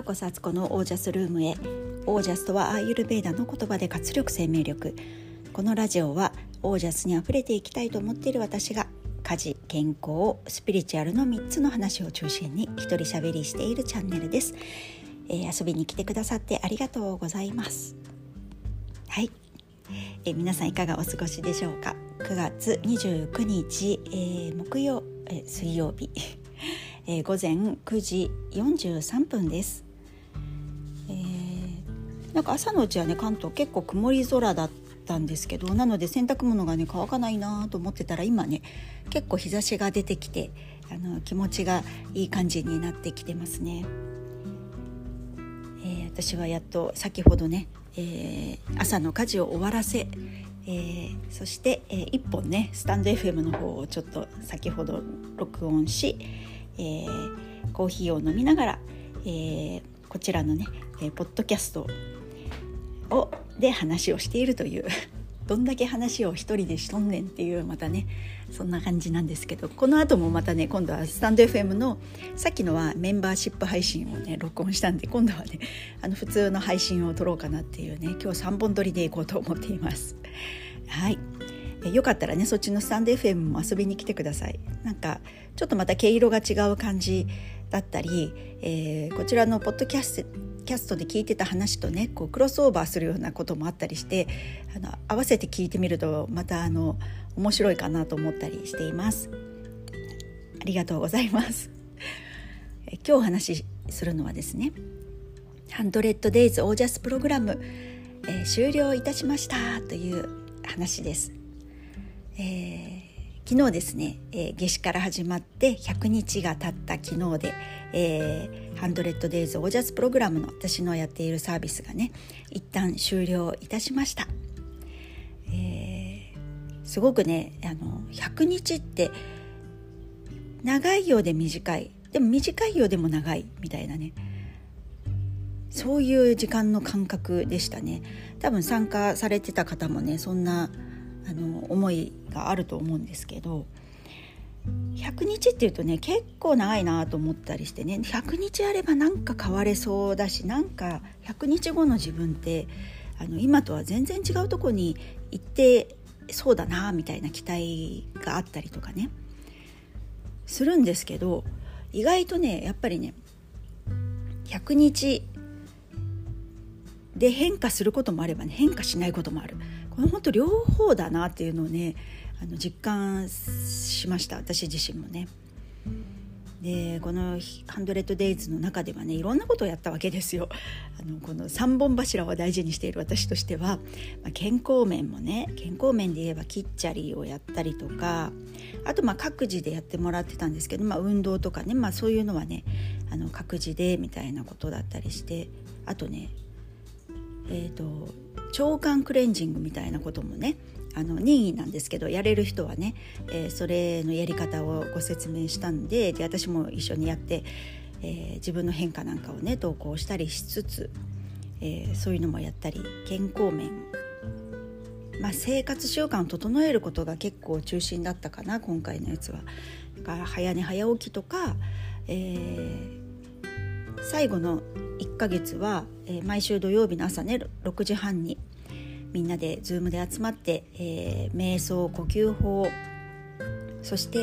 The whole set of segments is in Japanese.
こそあつこのオージャスルームへ。オージャスとはアーユルヴェーダの言葉で活力生命力。このラジオはオージャスにあふれていきたいと思っている私が家事、健康、スピリチュアルの3つの話を中心に一人喋りしているチャンネルです。遊びに来てくださってありがとうございます。はい、皆さんいかがお過ごしでしょうか。9月29日、水曜日午前9時43分です。なんか朝のうちはね、関東結構曇り空だったんですけど、なので洗濯物がね乾かないなと思ってたら、今ね結構日差しが出てきて、気持ちがいい感じになってきてますね。私はやっと先ほどね、朝の家事を終わらせ、そして、一本ねスタンド FM の方をちょっと先ほど録音し、コーヒーを飲みながら、こちらのね、ポッドキャストで話をしているというどんだけ話を一人でしとんねんっていう、またねそんな感じなんですけど、この後もまたね、今度はスタンド FM のさっきのはメンバーシップ配信をね録音したんで、今度はね普通の配信を撮ろうかなっていうね、今日3本撮りでいこうと思っています。はい、よかったらねそっちのスタンド FM も遊びに来てください。なんかちょっとまた毛色が違う感じだったり、こちらのポッドキャストで聞いてた話とねこうクロスオーバーするようなこともあったりして、合わせて聞いてみるとまた面白いかなと思ったりしています。ありがとうございます。今日お話しするのはですね、100 days オージャスプログラム、終了いたしましたという話です。昨日ですね、夏至から始まって100日が経った昨日で、100 days オージャスプログラムの私のやっているサービスがね一旦終了いたしました。すごくね100日って長いようで短い、でも短いようでも長いみたいなね、そういう時間の感覚でしたね。多分参加されてた方もねそんな思いがあると思うんですけど、100日っていうとね結構長いなと思ったりしてね、100日あればなんか変われそうだし、なんか100日後の自分って今とは全然違うとこに行ってそうだなみたいな期待があったりとかねするんですけど、意外とねやっぱりね100日で変化することもあればね変化しないこともある。これ本当両方だなっていうのをね実感しました、私自身もね。でこの100 days の中ではねいろんなことをやったわけですよ。この3本柱を大事にしている私としては、健康面もね、健康面で言えばキッチャリーをやったりとか、あと各自でやってもらってたんですけど、運動とかね、そういうのはね各自でみたいなことだったりして、あとね腸管クレンジングみたいなこともね任意なんですけど、やれる人はね、それのやり方をご説明したんで、私も一緒にやって、自分の変化なんかをね投稿したりしつつ、そういうのもやったり、健康面、生活習慣を整えることが結構中心だったかな今回のやつは。だから早寝早起きとか、最後の1ヶ月は、毎週土曜日の朝ね6時半にみんなでズームで集まって、瞑想、呼吸法、そして、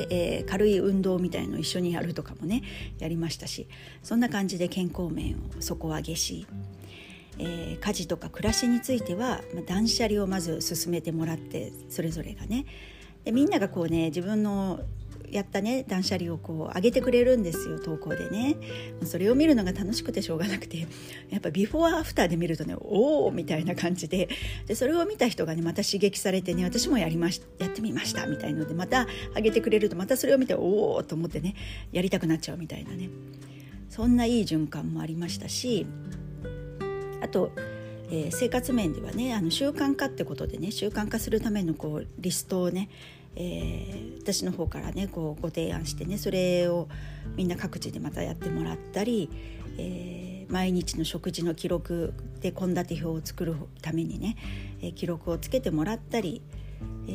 軽い運動みたいのを一緒にやるとかもねやりましたし、そんな感じで健康面を底上げし、家事とか暮らしについては、断捨離をまず進めてもらって、それぞれがねでみんながこうね自分のやったね断捨離をこう上げてくれるんですよ、投稿でね。それを見るのが楽しくてしょうがなくて、やっぱビフォーアフターで見るとねおーみたいな感じで、それを見た人がねまた刺激されてね、私もやってみましたみたいのでまた上げてくれると、またそれを見ておーと思ってねやりたくなっちゃうみたいなね、そんないい循環もありましたし、あと生活面ではね習慣化ってことでね、習慣化するためのこうリストをね、私の方からねこうご提案してね、それをみんな各自でまたやってもらったり、毎日の食事の記録で献立表を作るためにね、記録をつけてもらったり、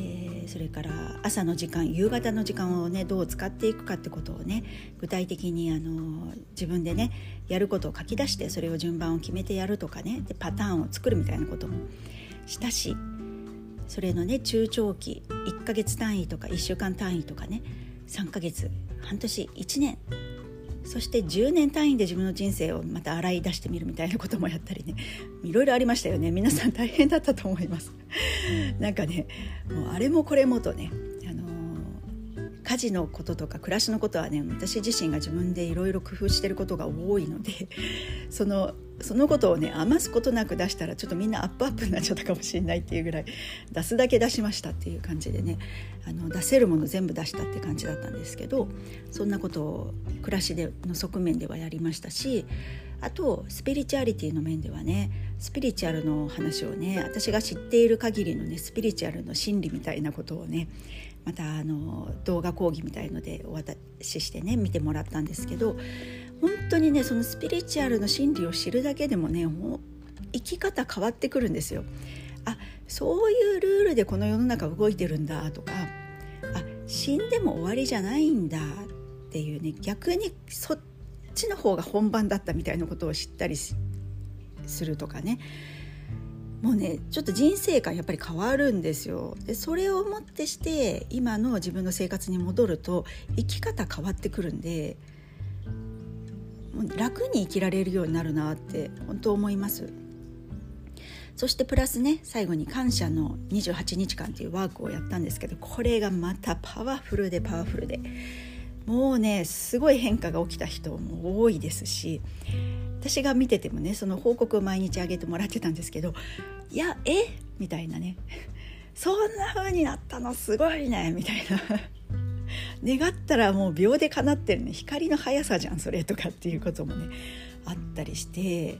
それから朝の時間、夕方の時間をねどう使っていくかってことをね具体的に自分でねやることを書き出して、それを順番を決めてやるとかね、でパターンを作るみたいなこともしたし、それのね中長期1ヶ月単位とか1週間単位とかね、3ヶ月、半年、1年、そして10年単位で自分の人生をまた洗い出してみるみたいなこともやったりね、いろいろありましたよね。皆さん大変だったと思います。なんかね、もうあれもこれもとね、家事のこととか暮らしのことはね、私自身が自分でいろいろ工夫してることが多いので、そのことをね余すことなく出したらちょっとみんなアップになっちゃったかもしれないっていうぐらい、出すだけ出しましたっていう感じでね、出せるもの全部出したって感じだったんですけど、そんなことを暮らしでの側面ではやりましたし、あとスピリチュアリティの面ではね、スピリチュアルの話をね、私が知っている限りのねスピリチュアルの真理みたいなことをね、また動画講義みたいのでお渡ししてね見てもらったんですけど、本当にねそのスピリチュアルの真理を知るだけでもね、もう生き方変わってくるんですよ。あ、そういうルールでこの世の中動いてるんだとか、あ、死んでも終わりじゃないんだっていうね、逆にそっちの方が本番だったみたいなことを知ったりするとかね、もうねちょっと人生観やっぱり変わるんですよ。でそれをもってして今の自分の生活に戻ると生き方変わってくるんで、もう楽に生きられるようになるなって本当思います。そしてプラスね、最後に感謝の28日間っていうワークをやったんですけど、これがまたパワフルでもうねすごい変化が起きた人も多いですし、私が見ててもねその報告を毎日あげてもらってたんですけど、いやみたいなね、そんな風になったのすごいねみたいな願ったらもう秒で叶ってるね、光の速さじゃんそれとかっていうこともねあったりして、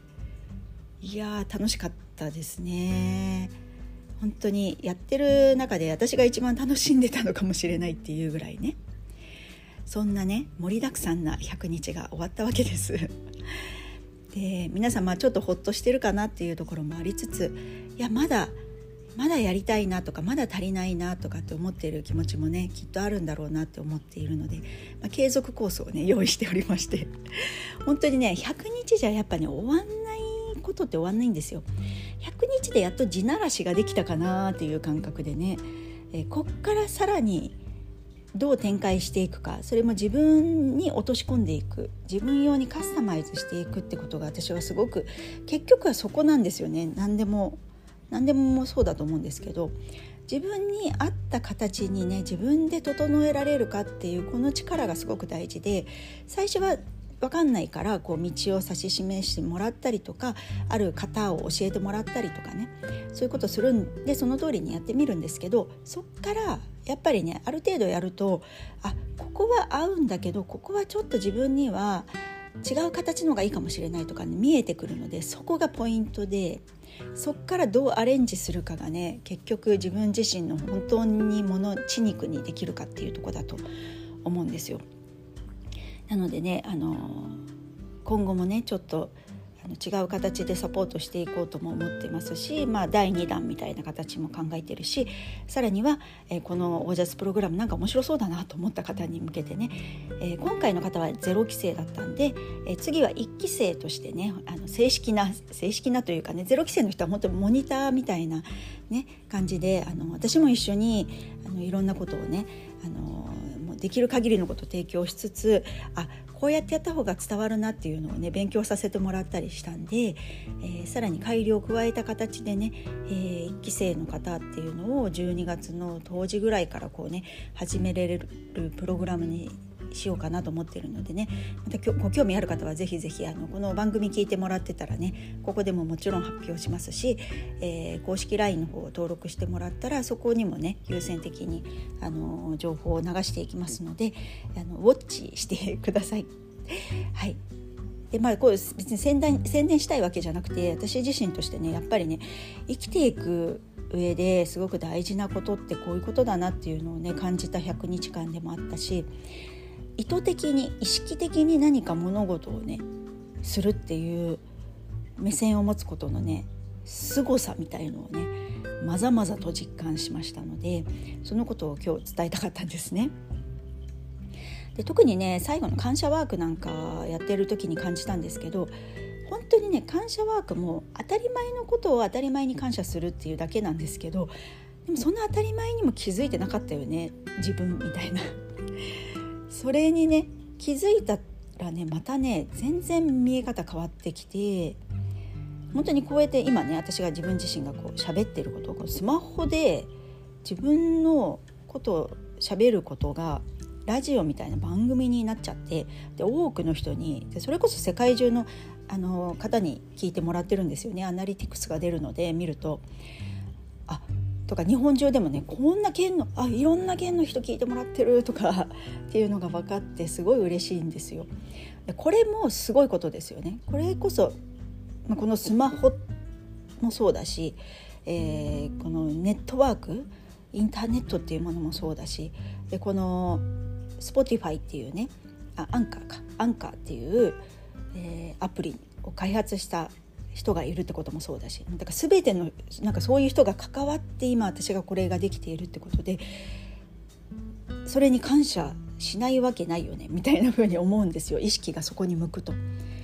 いや楽しかったですね。本当にやってる中で私が一番楽しんでたのかもしれないっていうぐらいね、そんなね盛りだくさんな100日が終わったわけですで、皆さんちょっとほっとしてるかなっていうところもありつつ、いやまだやりたいなとかまだ足りないなとかって思っている気持ちもねきっとあるんだろうなって思っているので、継続コースをね用意しておりまして、本当にね100日じゃやっぱね終わんないことって終わんないんですよ。100日でやっと地ならしができたかなっていう感覚でね、こっからさらにどう展開していくか、それも自分に落とし込んでいく、自分用にカスタマイズしていくってことが私はすごく、結局はそこなんですよね。何でもそうだと思うんですけど、自分に合った形にね自分で整えられるかっていうこの力がすごく大事で、最初は分かんないから道を指し示してもらったりとか、ある方を教えてもらったりとかね、そういうことするんでその通りにやってみるんですけど、そっからやっぱりねある程度やると、ここは合うんだけどここはちょっと自分には違う形の方がいいかもしれないとかね見えてくるので、そこがポイントで、そっからどうアレンジするかがね結局自分自身の本当に血肉にできるかっていうところだと思うんですよ。なのでね今後もねちょっと違う形でサポートしていこうとも思ってますし、第2弾みたいな形も考えてるし、さらには、このオージャスプログラムなんか面白そうだなと思った方に向けてね、今回の方は0期生だったんで、次は1期生としてね正式なというかね、0期生の人は本当にモニターみたいな、ね、感じで私も一緒にいろんなことをねもうできる限りのことを提供しつつ、こうやってやった方が伝わるなっていうのをね勉強させてもらったりしたんで、さらに改良を加えた形でね、1期生の方っていうのを12月の当時ぐらいから始められるプログラムにしようかなと思っているのでね、またご興味ある方はぜひぜひこの番組聞いてもらってたらね、ここでももちろん発表しますし、公式 LINE の方を登録してもらったらそこにもね優先的に情報を流していきますのでウォッチしてください。はい。でこう別に宣伝したいわけじゃなくて、私自身としてねやっぱりね生きていく上ですごく大事なことってこういうことだなっていうのをね感じた100日間でもあったし、意図的に意識的に何か物事をねするっていう目線を持つことのね凄さみたいのをねまざまざと実感しましたので、そのことを今日伝えたかったんですね。で特にね最後の感謝ワークなんかやってる時に感じたんですけど、本当にね感謝ワークも当たり前のことを当たり前に感謝するっていうだけなんですけど、でもその当たり前にも気づいてなかったよね自分みたいなそれにね気づいたらねまたね全然見え方変わってきて、本当にこうやって今ね私が自分自身がこう喋ってることをスマホで自分のことを喋ることがラジオみたいな番組になっちゃって、で多くの人にそれこそ世界中の方に聞いてもらってるんですよね。アナリティクスが出るので見るととか日本中でもねこんな県のいろんな県の人聞いてもらってるとかっていうのが分かってすごい嬉しいんですよ。これもすごいことですよね。これこそこのスマホもそうだし、このネットワークインターネットっていうものもそうだし、でこの Spotify っていうねアンカーっていう、アプリを開発した人がいるってこともそうだし、だから全てのなんかそういう人が関わって今私がこれができているってことで、それに感謝しないわけないよねみたいな風に思うんですよ、意識がそこに向くと。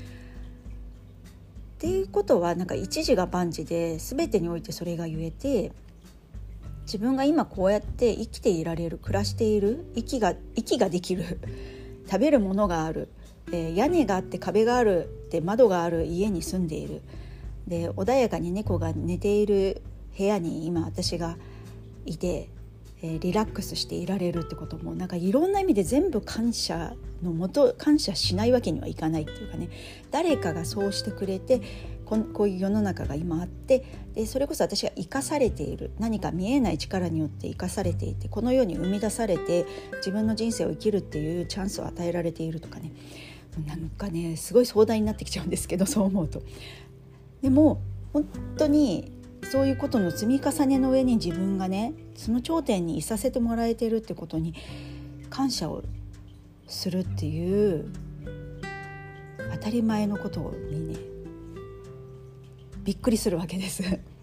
っていうことはなんか一時が万事で全てにおいてそれが言えて、自分が今こうやって生きていられる、暮らしている、息ができる食べるものがある、屋根があって壁があるで窓がある家に住んでいる、で穏やかに猫が寝ている部屋に今私がいて、リラックスしていられるってこともなんかいろんな意味で全部感謝のもと、感謝しないわけにはいかないっていうかね、誰かがそうしてくれてこういう世の中が今あって、でそれこそ私が生かされている、何か見えない力によって生かされていて、この世に生み出されて自分の人生を生きるっていうチャンスを与えられているとかね、なんかねすごい壮大になってきちゃうんですけど、そう思うと。でも本当にそういうことの積み重ねの上に自分がねその頂点にいさせてもらえてるってことに感謝をするっていう当たり前のことにねびっくりするわけです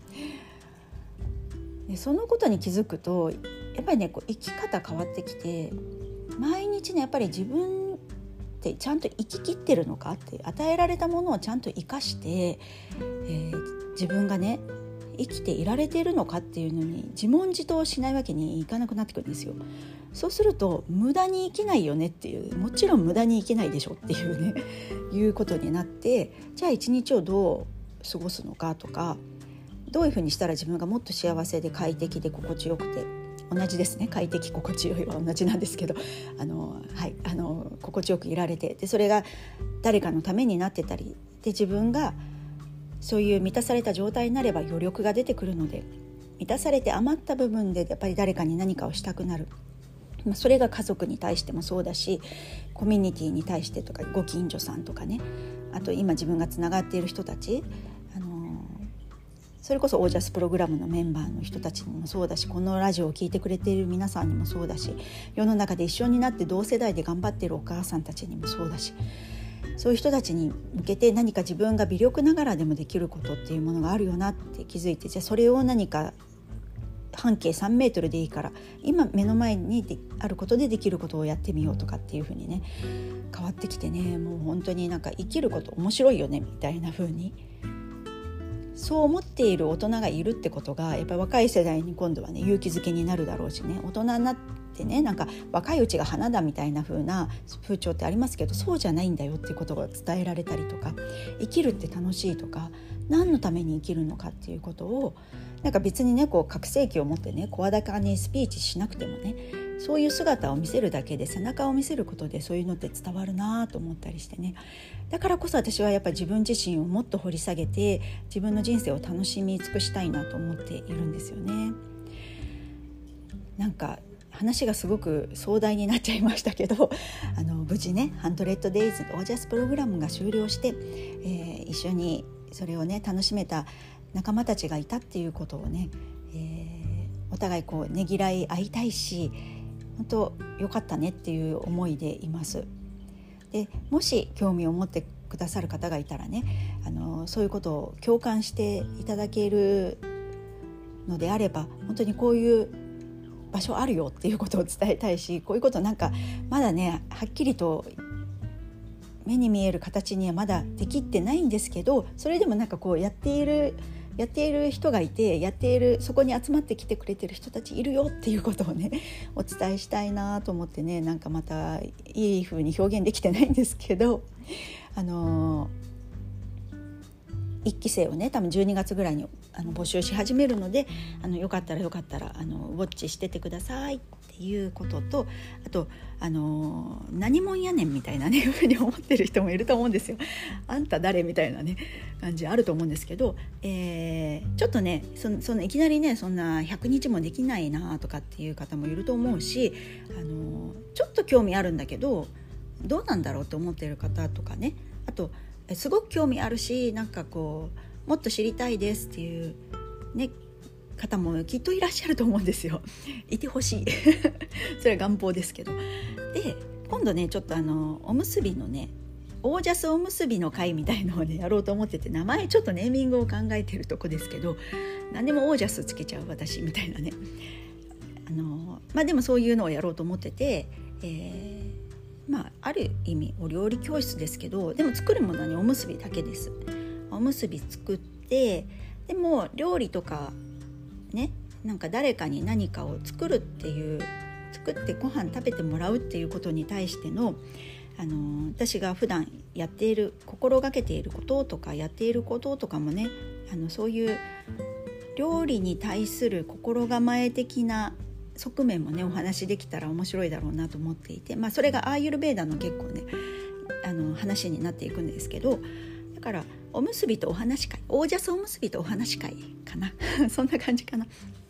でそのことに気づくとやっぱりねこう生き方変わってきて、毎日ねやっぱり自分ってちゃんと生き切ってるのかって、与えられたものをちゃんと生かして、自分がね生きていられているのかっていうのに自問自答しないわけにいかなくなってくるんですよ。そうすると無駄に生きないよねっていう、もちろん無駄に生きないでしょっていうねいうことになって、じゃあ一日をどう過ごすのかとか、どういうふうにしたら自分がもっと幸せで快適で心地よくて、同じですね、快適心地よいは同じなんですけど、心地よくいられて、でそれが誰かのためになってたりで、自分がそういう満たされた状態になれば余力が出てくるので、満たされて余った部分でやっぱり誰かに何かをしたくなる、それが家族に対してもそうだし、コミュニティに対してとか、ご近所さんとかね、あと今自分がつながっている人たち、それこそオージャスプログラムのメンバーの人たちにもそうだし、このラジオを聞いてくれている皆さんにもそうだし、世の中で一緒になって同世代で頑張っているお母さんたちにもそうだし、そういう人たちに向けて何か自分が微力ながらでもできることっていうものがあるよなって気づいて、じゃあそれを何か半径3メートルでいいから今目の前にあることでできることをやってみようとかっていう風にね変わってきてね、もう本当になんか生きること面白いよねみたいな風にそう思っている大人がいるってことが、やっぱり若い世代に今度はね勇気づけになるだろうしね、大人になってね、なんか若いうちが花だみたいな風な風潮ってありますけど、そうじゃないんだよっていうことが伝えられたりとか、生きるって楽しいとか、何のために生きるのかっていうことをなんか別にねこう覚醒器を持ってね声高にスピーチしなくてもね、そういう姿を見せるだけで、背中を見せることでそういうのって伝わるなと思ったりしてね、だからこそ私はやっぱり自分自身をもっと掘り下げて自分の人生を楽しみ尽くしたいなと思っているんですよね。なんか話がすごく壮大になっちゃいましたけど、無事ね100 days オージャスプログラムが終了して、一緒にそれをね楽しめた仲間たちがいたっていうことをね、お互いこうねぎらい合いたいし、本当良かったねっていう思いでいます。でもし興味を持ってくださる方がいたらね、そういうことを共感していただけるのであれば、本当にこういう場所あるよっていうことを伝えたいし、こういうことなんかまだねはっきりと目に見える形にはまだできってないんですけど、それでもなんかこうやっている人がいて、そこに集まってきてくれてる人たちいるよっていうことをねお伝えしたいなと思ってね、なんかまたいい風に表現できてないんですけど、1期生をね多分12月ぐらいに募集し始めるので、よかったらウォッチしててくださいっていうことと、あと何者やねんみたいなねふうに思ってる人もいると思うんですよ。あんた誰みたいなね感じあると思うんですけど、ちょっとねそのいきなりねそんな100日もできないなとかっていう方もいると思うし、ちょっと興味あるんだけどどうなんだろうと思っている方とかね、あとすごく興味あるし、なんかこうもっと知りたいですっていうね方もきっといらっしゃると思うんですよ。いてほしいそれは願望ですけど。で今度ねちょっとおむすびのねオージャスおむすびの会みたいのをねやろうと思ってて、名前ちょっとネーミングを考えてるとこですけど、何でもオージャスつけちゃう私みたいなね、でもそういうのをやろうと思ってて、ある意味お料理教室ですけど、でも作るものはねおむすびだけです。おむすび作って、でも料理とかね、なんか誰かに何かを作ってご飯食べてもらうっていうことに対しての私が普段やっている心がけていることとかやっていることとかもね、そういう料理に対する心構え的な側面もねお話できたら面白いだろうなと思っていて、それがアーユルベーダの結構ね話になっていくんですけど、だからおむすびとお話会、オージャスおむすびとお話会かなそんな感じかな。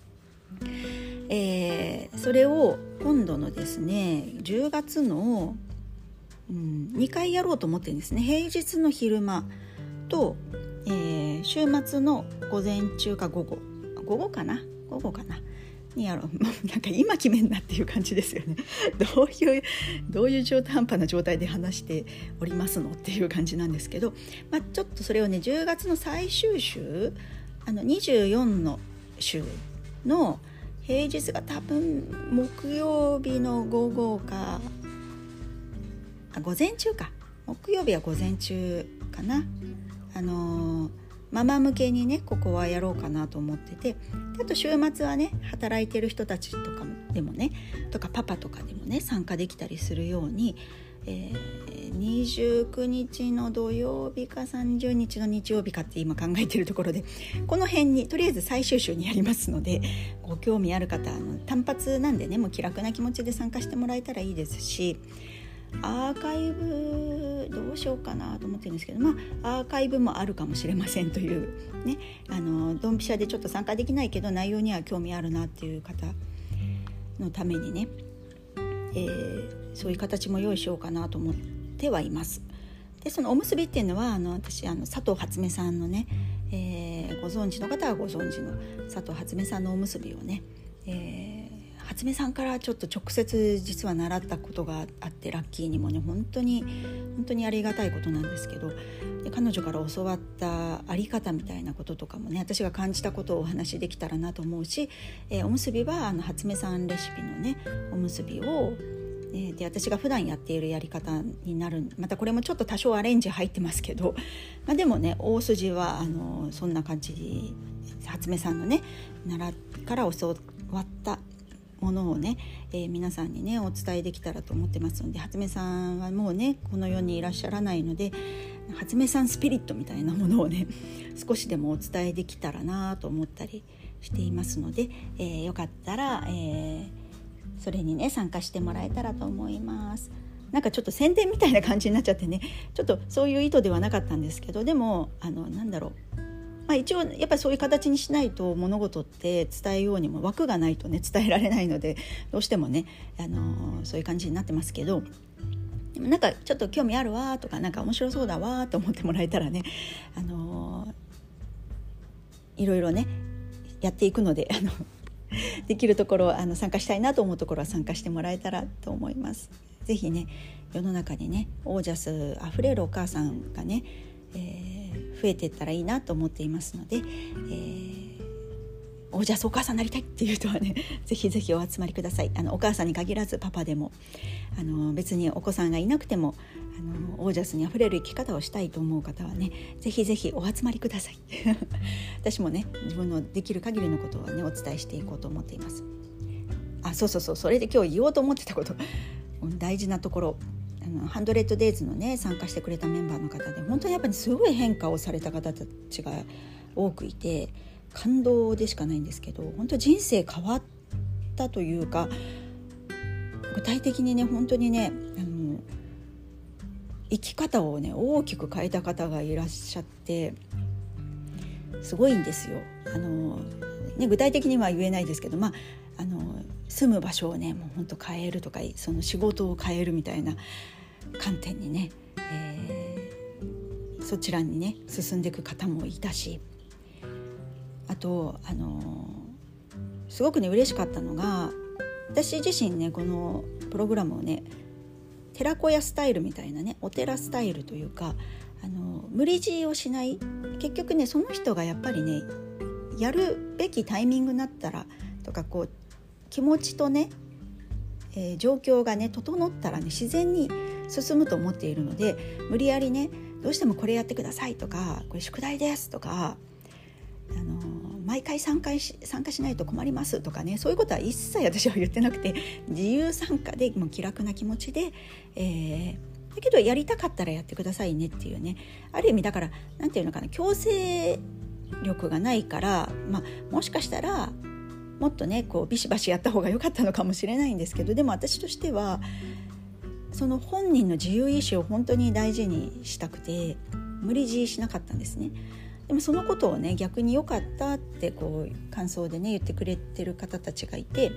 それを今度のですね10月の、2回やろうと思ってるんですね。平日の昼間と、週末の午前中か午後かなにやろうなんか今決めんなっていう感じですよねどういう中途半端な状態で話しておりますのっていう感じなんですけど、ちょっとそれをね10月の最終週24の週の平日が多分木曜日の午後か午前中か、木曜日は午前中かな、ママ向けにねここはやろうかなと思ってて、あと週末はね働いてる人たちとかでもねとかパパとかでもね参加できたりするように、29日の土曜日か30日の日曜日かって今考えてるところで、この辺にとりあえず最終週にやりますので、ご興味ある方単発なんでねもう気楽な気持ちで参加してもらえたらいいですし、アーカイブどうしようかなと思ってるんですけど、アーカイブもあるかもしれませんというね、ドンピシャでちょっと参加できないけど内容には興味あるなっていう方のためにね、そういう形も用意しようかなと思ってはいます。でそのおむすびっていうのは私佐藤初音さんのね、ご存知の方はご存知の佐藤初音さんのおむすびをね、初音さんからちょっと直接実は習ったことがあって、ラッキーにもね本当にありがたいことなんですけど、で彼女から教わったあり方みたいなこととかもね私が感じたことをお話しできたらなと思うし、おむすびは初音さんレシピのねおむすびをで私が普段やっているやり方になる、またこれもちょっと多少アレンジ入ってますけど、でもね大筋はそんな感じ、初音さんのねから教わったものをね、皆さんにねお伝えできたらと思ってますので、初音さんはもうねこの世にいらっしゃらないので、初音さんスピリットみたいなものをね少しでもお伝えできたらなと思ったりしていますので、よかったら、それにね参加してもらえたらと思います。なんかちょっと宣伝みたいな感じになっちゃってね、ちょっとそういう意図ではなかったんですけど、でもなんだろう、一応やっぱりそういう形にしないと物事って伝えようにも枠がないとね伝えられないので、どうしてもね、そういう感じになってますけど、でもなんかちょっと興味あるわとかなんか面白そうだわと思ってもらえたらね、いろいろねやっていくのでできるところ参加したいなと思うところは参加してもらえたらと思います。 ぜひね世の中にねオージャスあふれるお母さんがね、増えていったらいいなと思っていますので、オージャスお母さんになりたいっていう人はねぜひぜひお集まりください。お母さんに限らずパパでも別にお子さんがいなくてもオージャスにあふれる生き方をしたいと思う方はねぜひぜひお集まりください私もね自分のできる限りのことはねお伝えしていこうと思っています。そうそれで今日言おうと思ってたこと大事なところ100 days のね参加してくれたメンバーの方で本当にやっぱりすごい変化をされた方たちが多くいて感動でしかないんですけど、本当人生変わったというか具体的にね本当にね生き方をね大きく変えた方がいらっしゃってすごいんですよ。具体的には言えないですけど、住む場所をねもう本当変えるとかその仕事を変えるみたいな観点にね、そちらにね進んでいく方もいたし、あとすごくね嬉しかったのが私自身ねこのプログラムをね寺子屋スタイルみたいなねお寺スタイルというか無理強いをしない結局ねその人がやっぱりねやるべきタイミングになったらとかこう気持ちとね、状況がね整ったらね自然に進むと思っているので無理やりねどうしてもこれやってくださいとかこれ宿題ですとか毎回参加しないと困りますとかねそういうことは一切私は言ってなくて自由参加でもう気楽な気持ちで、だけどやりたかったらやってくださいねっていうねある意味だからなんていうのかな強制力がないから、もしかしたらもっとねこうビシバシやった方が良かったのかもしれないんですけどでも私としてはその本人の自由意志を本当に大事にしたくて無理強いしなかったんですね。でもそのことをね逆に良かったってこう感想でね言ってくれてる方たちがいて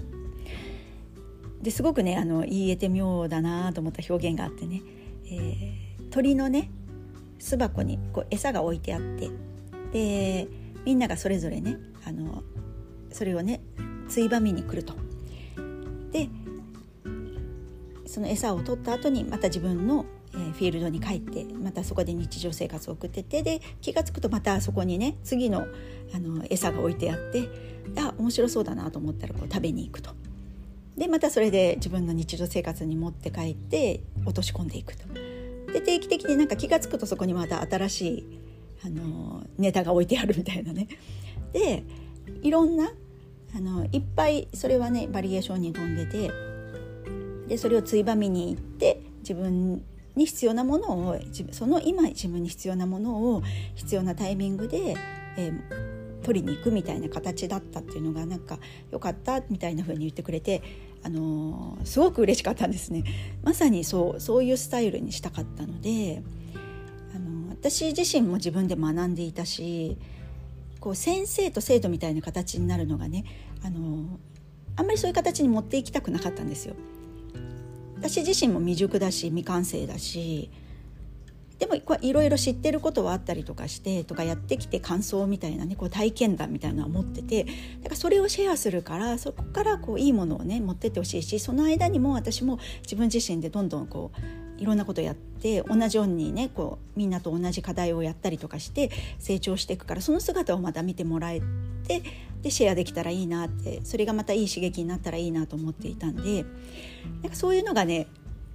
ですごくね言えて妙だなと思った表現があってね、鳥のね巣箱にこう餌が置いてあってでみんながそれぞれねそれをねついばみに来るとでその餌を取った後にまた自分のフィールドに帰ってまたそこで日常生活を送っててで気がつくとまたそこにね次の餌が置いてあって面白そうだなと思ったらこう食べに行くとでまたそれで自分の日常生活に持って帰って落とし込んでいくとで定期的になんか気がつくとそこにまた新しいネタが置いてあるみたいなねでいろんないっぱいそれはねバリエーションに富んでてでそれをついばみに行って自分に必要なものをその今自分に必要なものを必要なタイミングで、取りに行くみたいな形だったっていうのがなんか良かったみたいな風に言ってくれて、すごく嬉しかったんですね。まさにそういうスタイルにしたかったので私自身も自分で学んでいたしこう先生と生徒みたいな形になるのがねあんまりそういう形に持っていきたくなかったんですよ。私自身も未熟だし未完成だしでもいろいろ知ってることはあったりとかしてとかやってきて感想みたいなねこう体験談みたいなのは持っててだからそれをシェアするからそこからこういいものをね持ってってほしいしその間にも私も自分自身でどんどんこういろんなことやって同じようにねこうみんなと同じ課題をやったりとかして成長していくからその姿をまた見てもらえてでシェアできたらいいなってそれがまたいい刺激になったらいいなと思っていたんでなんかそういうのがね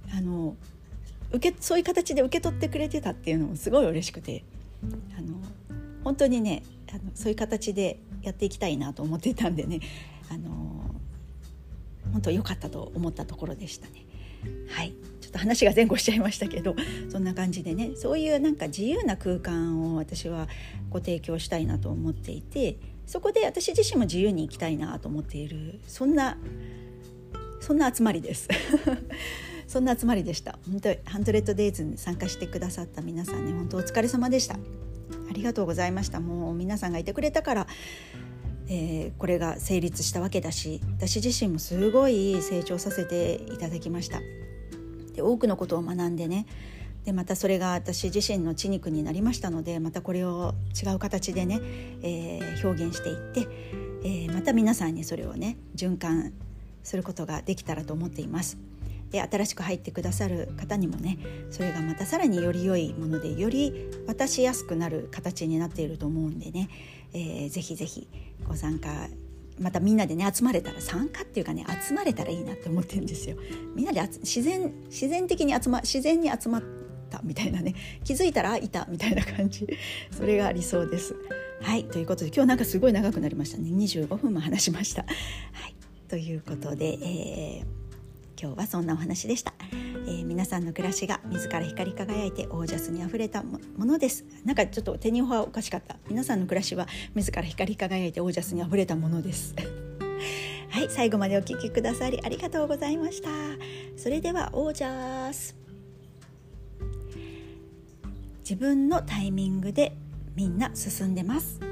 そういう形で受け取ってくれてたっていうのもすごい嬉しくて本当にねそういう形でやっていきたいなと思ってたんでね本当良かったと思ったところでしたね。はい、ちょっと話が前後しちゃいましたけどそんな感じでねそういうなんか自由な空間を私はご提供したいなと思っていてそこで私自身も自由に生きたいなと思っているそんな集まりですそんな集まりでした。本当に100 days に参加してくださった皆さんね本当お疲れ様でした。ありがとうございました。もう皆さんがいてくれたから、これが成立したわけだし私自身もすごい成長させていただきました。で多くのことを学んでねでまたそれが私自身の血肉になりましたのでまたこれを違う形でね、表現していって、また皆さんにそれをね循環することができたらと思っています。 で新しく入ってくださる方にもね、それがまたさらにより良いものでより渡しやすくなる形になっていると思うんでね、ぜひぜひご参加、またみんなでね集まれたら、参加っていうかね集まれたらいいなって思ってるんですよ。みんなで自然的に自然に集まったみたいなね、気づいたらいたみたいな感じそれがありそうです。はい、ということで今日なんかすごい長くなりましたね。25分も話しました。はい、ということで、今日はそんなお話でした。皆さんの暮らしが自ら光り輝いてオージャスにあふれたものです。なんかちょっと手にはおかしかった。皆さんの暮らしは自ら光り輝いてオージャスにあふれたものですはい、最後までお聞きくださりありがとうございました。それではオージャス、自分のタイミングでみんな進んでます。